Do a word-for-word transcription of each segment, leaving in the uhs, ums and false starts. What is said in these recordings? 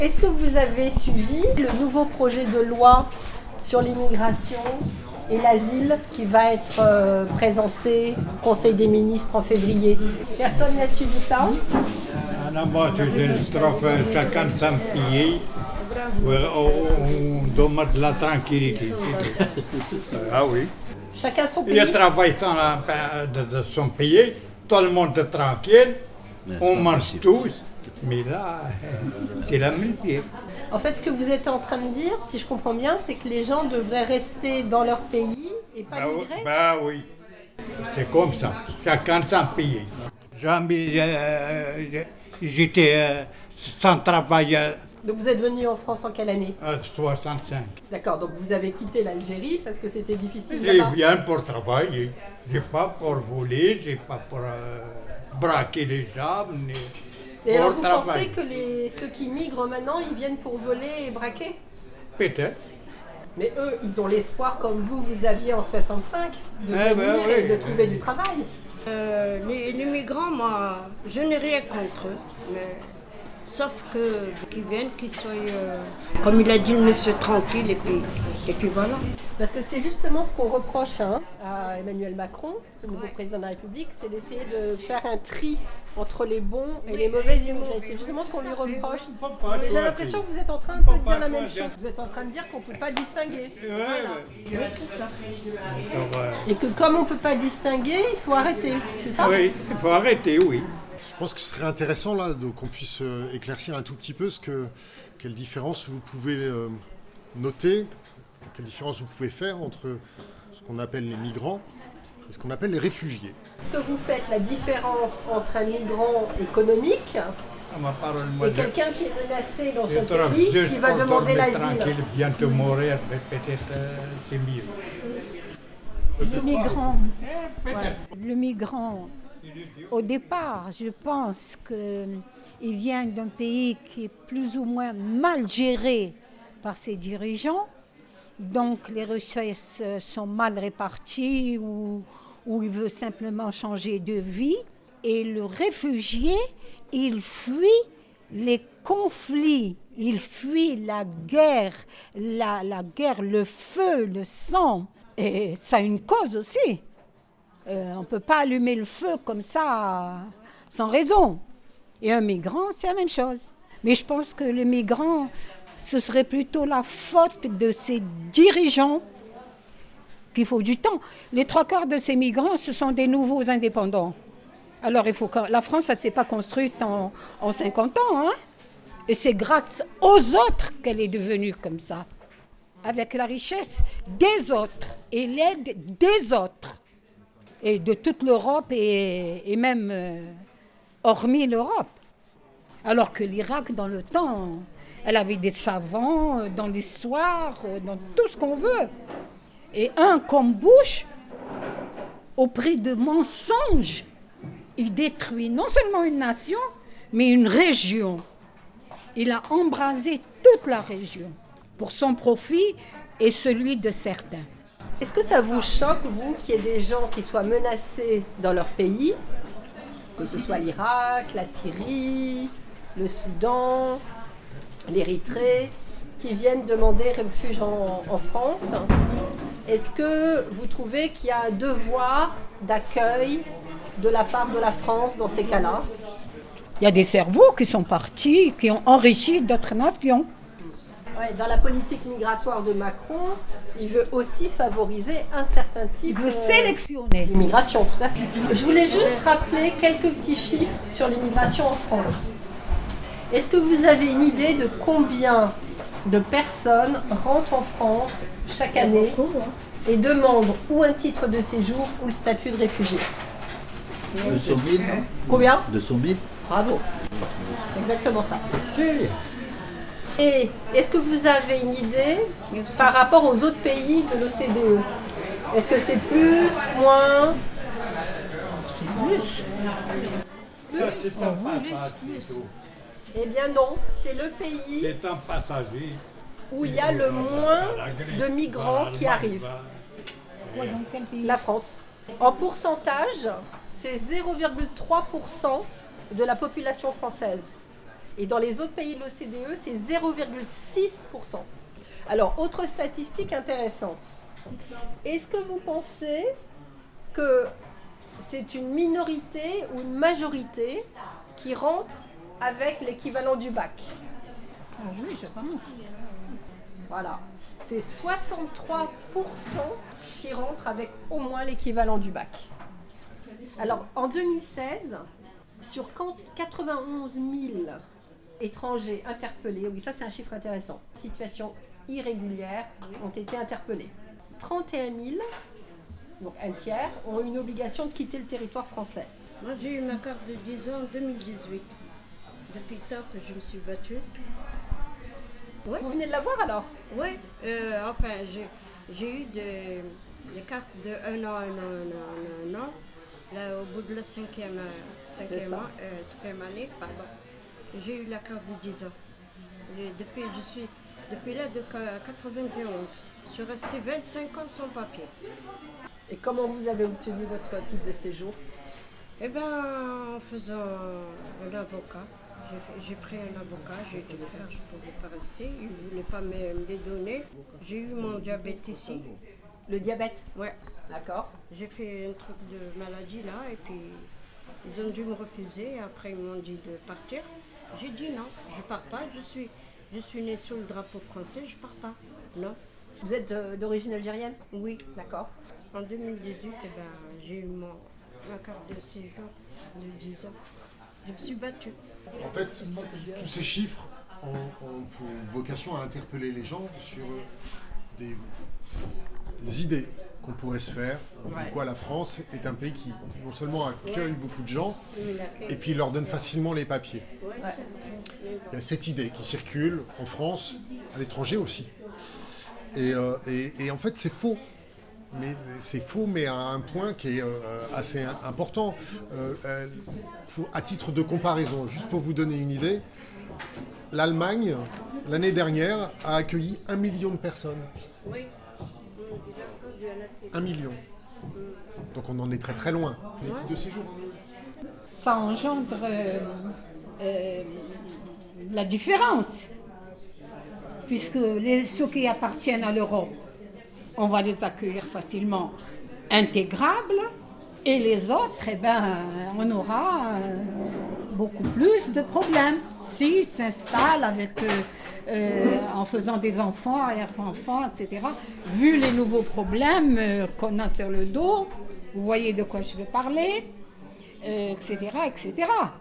Est-ce que vous avez suivi le nouveau projet de loi sur l'immigration et l'asile qui va être euh, présenté au Conseil des ministres en février? Personne n'a suivi ça? Non, moi, je trouve chacun son pays. On donne de la tranquillité. Ah oui. Chacun son pays. Il travaille dans la, de, de son pays, tout le monde est tranquille, on mange tous, mais là, c'est la misère. En fait, ce que vous êtes en train de dire, si je comprends bien, c'est que les gens devraient rester dans leur pays et pas bah, migrer? Bah oui, c'est comme ça, chacun son pays. Jamais, euh, j'étais euh, sans travail. Euh, Donc vous êtes venu en France en quelle année? À soixante-cinq. D'accord, donc vous avez quitté l'Algérie parce que c'était difficile Je là-bas. viens pour travailler. Je n'ai pas pour voler, je n'ai pas pour euh, braquer les gens. Ni et pour alors vous travailler. pensez que les, ceux qui migrent maintenant, ils viennent pour voler et braquer? Peut-être. Mais eux, ils ont l'espoir, comme vous, vous aviez en soixante-cinq, de Eh venir ben oui. et de trouver du travail. Euh, les, les migrants, moi, je n'ai rien contre eux, mais sauf que qu'ils viennent, qu'ils soient, euh, comme il a dit, monsieur tranquille, et puis, et puis voilà. Parce que c'est justement ce qu'on reproche hein, à Emmanuel Macron, le nouveau président de la République, c'est d'essayer de faire un tri entre les bons et les mauvais immigrés. C'est justement ce qu'on lui reproche. Mais j'ai l'impression que vous êtes en train un peu de dire la même chose. Vous êtes en train de dire qu'on ne peut pas distinguer. Oui, c'est ça. Et que comme on ne peut pas distinguer, il faut arrêter. C'est ça? Oui, il faut arrêter, oui. Je pense que ce serait intéressant là, de, qu'on puisse euh, éclaircir un tout petit peu ce que, quelle différence vous pouvez euh, noter, quelle différence vous pouvez faire entre ce qu'on appelle les migrants et ce qu'on appelle les réfugiés. Est-ce que vous faites la différence entre un migrant économique et quelqu'un qui est menacé dans son pays, qui va demander l'asile? Bientôt mourir, peut-être euh, c'est mieux. Le migrant, voilà. Le migrant, au départ, je pense qu'il vient d'un pays qui est plus ou moins mal géré par ses dirigeants. Donc les richesses sont mal réparties ou, ou il veut simplement changer de vie. Et le réfugié, il fuit les conflits, il fuit la guerre, la, la guerre, le feu, le sang. Et ça a une cause aussi. Euh, on ne peut pas allumer le feu comme ça sans raison. Et un migrant, c'est la même chose. Mais je pense que le migrant, ce serait plutôt la faute de ses dirigeants qu'il faut du temps. Les trois quarts de ces migrants, ce sont des nouveaux indépendants. Alors il faut que la France, ça ne s'est pas construite en, en cinquante ans. Hein? Et c'est grâce aux autres qu'elle est devenue comme ça. Avec la richesse des autres et l'aide des autres. Et de toute l'Europe et, et même euh, hormis l'Europe. Alors que l'Irak, dans le temps, elle avait des savants euh, dans l'histoire, euh, dans tout ce qu'on veut. Et un comme Bush, au prix de mensonges, il détruit non seulement une nation, mais une région. Il a embrasé toute la région pour son profit et celui de certains. Est-ce que ça vous choque, vous, qu'il y ait des gens qui soient menacés dans leur pays, que ce soit l'Irak, la Syrie, le Soudan, l'Érythrée, qui viennent demander refuge en, en France? Est-ce que vous trouvez qu'il y a un devoir d'accueil de la part de la France dans ces cas-là? Il y a des cerveaux qui sont partis, qui ont enrichi d'autres nations. Ouais, dans la politique migratoire de Macron, il veut aussi favoriser un certain type il veut sélectionner d'immigration, tout à fait. Je voulais juste rappeler quelques petits chiffres sur l'immigration en France. Est-ce que vous avez une idée de combien de personnes rentrent en France chaque année et demandent ou un titre de séjour ou le statut de réfugié? deux cent mille. Combien? deux cent mille. Bravo. Exactement ça. Et est-ce que vous avez une idée par rapport aux autres pays de l'O C D E? Est-ce que c'est plus, moins? Plus. Plus. Ça, plus. Eh bien non, c'est le pays c'est un passager où il y a le moins de migrants qui arrivent. Ouais, dans quel pays? La France. En pourcentage, c'est zéro virgule trois pour cent de la population française. Et dans les autres pays de l'O C D E, c'est zéro virgule six pour cent. Alors, autre statistique intéressante. Est-ce que vous pensez que c'est une minorité ou une majorité qui rentre avec l'équivalent du bac? Ah oui, je pense. Voilà. C'est soixante-trois pour cent qui rentrent avec au moins l'équivalent du bac. Alors, en deux mille seize, sur quatre-vingt-onze mille étrangers interpellés, oui, ça c'est un chiffre intéressant, situation irrégulière, ont été interpellés. trente et un mille, donc un tiers, ont une obligation de quitter le territoire français. Moi, j'ai eu ma carte de dix ans en deux mille dix-huit. Depuis le temps que je me suis battue. Ouais. Vous venez de l'avoir alors? Oui, euh, enfin, j'ai, j'ai eu des, des cartes de un an, un an, un an, un an. Là, au bout de la cinquième, cinquième, an, euh, cinquième année, pardon, j'ai eu la carte de dix ans. Et depuis, je suis, depuis là, de quatre-vingt-onze, je suis restée vingt-cinq ans sans papier. Et comment vous avez obtenu votre titre de séjour? Eh bien, en faisant un avocat. J'ai, j'ai pris un avocat, j'ai dû le faire, je ne pouvais pas rester. Il ne voulait pas me, me les donner. J'ai eu mon diabète ici. Le diabète? Ouais. D'accord. J'ai fait un truc de maladie là, et puis ils ont dû me refuser. Après, ils m'ont dit de partir. J'ai dit non, je ne pars pas. Je suis, je suis née sous le drapeau français, je ne pars pas. Non. Vous êtes de, d'origine algérienne? Oui. D'accord. En deux mille dix-huit, eh ben, j'ai eu mon, ma carte de séjour de dix ans. Je me suis battue. En fait, tous ces chiffres ont, ont pour vocation à interpeller les gens sur des, des idées qu'on pourrait se faire. Ouais. Pourquoi la France est un pays qui non seulement accueille beaucoup de gens, et puis leur donne facilement les papiers. Ouais. Il y a cette idée qui circule en France, à l'étranger aussi. Et, euh, et, et en fait, c'est faux. Mais c'est faux, mais à un point qui est euh, assez important. Euh, euh, pour, à titre de comparaison, juste pour vous donner une idée, l'Allemagne, l'année dernière, a accueilli un million de personnes. Oui. Un million. Donc on en est très très loin. Les titres de séjour. Ça engendre euh, euh, la différence. Puisque les, ceux qui appartiennent à l'Europe, on va les accueillir facilement intégrables, et les autres, eh ben, on aura euh, beaucoup plus de problèmes s'ils s'installent avec, euh, euh, en faisant des enfants, arrière-enfants, et cetera. Vu les nouveaux problèmes euh, qu'on a sur le dos, vous voyez de quoi je veux parler, euh, et cetera, et cetera.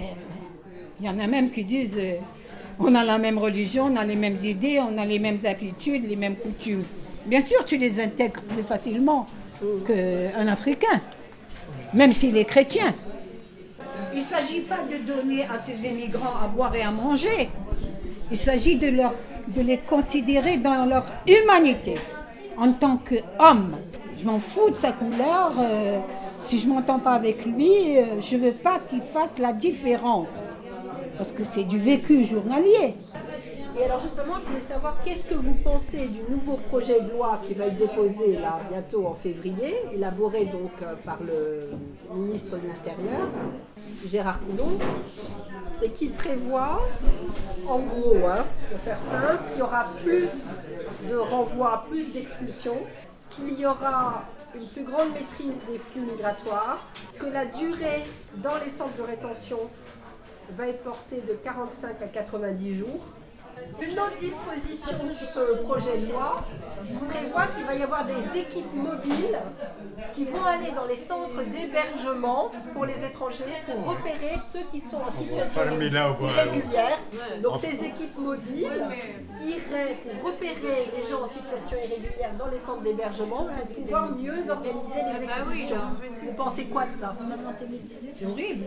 Il y en a même qui disent euh, on a la même religion, on a les mêmes idées, on a les mêmes habitudes, les mêmes coutumes. Bien sûr, tu les intègres plus facilement qu'un Africain, même s'il est chrétien. Il ne s'agit pas de donner à ces émigrants à boire et à manger. Il s'agit de, leur, de les considérer dans leur humanité, en tant qu'homme. Je m'en fous de sa couleur. Euh, si je ne m'entends pas avec lui, euh, je ne veux pas qu'il fasse la différence. Parce que c'est du vécu journalier. Et alors justement, je voulais savoir qu'est-ce que vous pensez du nouveau projet de loi qui va être déposé là bientôt en février, élaboré donc euh, par le ministre de l'Intérieur, Gérard Collomb, et qui prévoit, en gros, hein, pour faire simple, qu'il y aura plus de renvois, plus d'expulsions, qu'il y aura une plus grande maîtrise des flux migratoires, que la durée dans les centres de rétention va être portée de quarante-cinq à quatre-vingt-dix jours. Une autre disposition de ce projet de loi prévoit qu'il va y avoir des équipes mobiles qui vont aller dans les centres d'hébergement pour les étrangers pour repérer ceux qui sont en situation irrégulière. Donc ces équipes mobiles iraient pour repérer les gens en situation irrégulière dans les centres d'hébergement pour pouvoir mieux organiser les expulsions. Vous pensez quoi de ça? C'est horrible.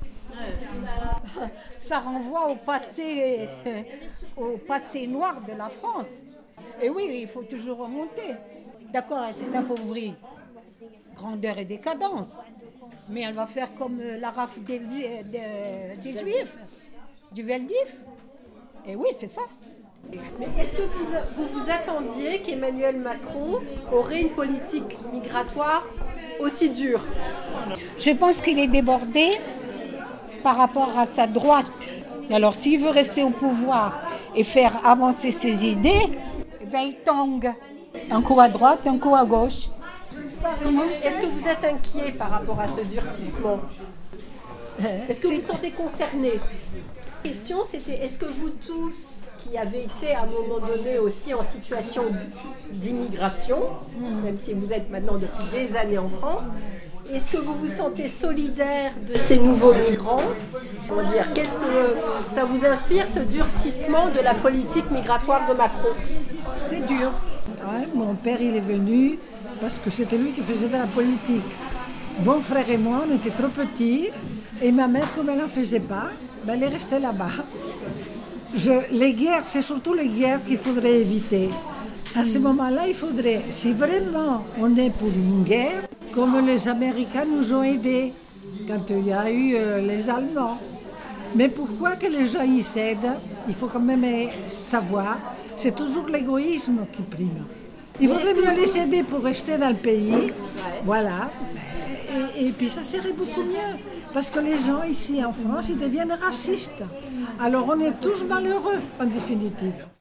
Ça renvoie au passé, euh, au passé noir de la France. Et oui, il faut toujours remonter. D'accord, elle s'est appauvrie. Grandeur et décadence. Mais elle va faire comme la rafle des, des, des Juifs, du Veldiv. Et oui, c'est ça. Mais est-ce que vous vous, vous attendiez qu'Emmanuel Macron aurait une politique migratoire aussi dure? Je pense qu'il est débordé par rapport à sa droite Alors s'il veut rester au pouvoir et faire avancer ses idées, eh ben, il tangue. Un coup à droite, un coup à gauche. Est-ce que vous êtes inquiet par rapport à ce durcissement? Est-ce que vous vous sentez concerné? La question c'était, est-ce que vous tous qui avez été à un moment donné aussi en situation d'immigration, même si vous êtes maintenant depuis des années en France, est-ce que vous vous sentez solidaire de ces nouveaux migrants? Comment dire, qu'est-ce que ça vous inspire, ce durcissement de la politique migratoire de Macron? C'est dur. Ouais, mon père, il est venu parce que c'était lui qui faisait de la politique. Mon frère et moi, on était trop petits et ma mère, comme elle n'en faisait pas, ben, elle est restée là-bas. Je, les guerres, c'est surtout les guerres qu'il faudrait éviter. À ce moment-là, il faudrait, si vraiment on est pour une guerre, comme les Américains nous ont aidés quand il y a eu euh, les Allemands. Mais pourquoi que les gens y cèdent? Il faut quand même savoir, c'est toujours l'égoïsme qui prime. Il faudrait mieux les aider pour rester dans le pays, voilà. Et, et puis ça serait beaucoup mieux, parce que les gens ici en France, ils deviennent racistes. Alors on est tous malheureux en définitive.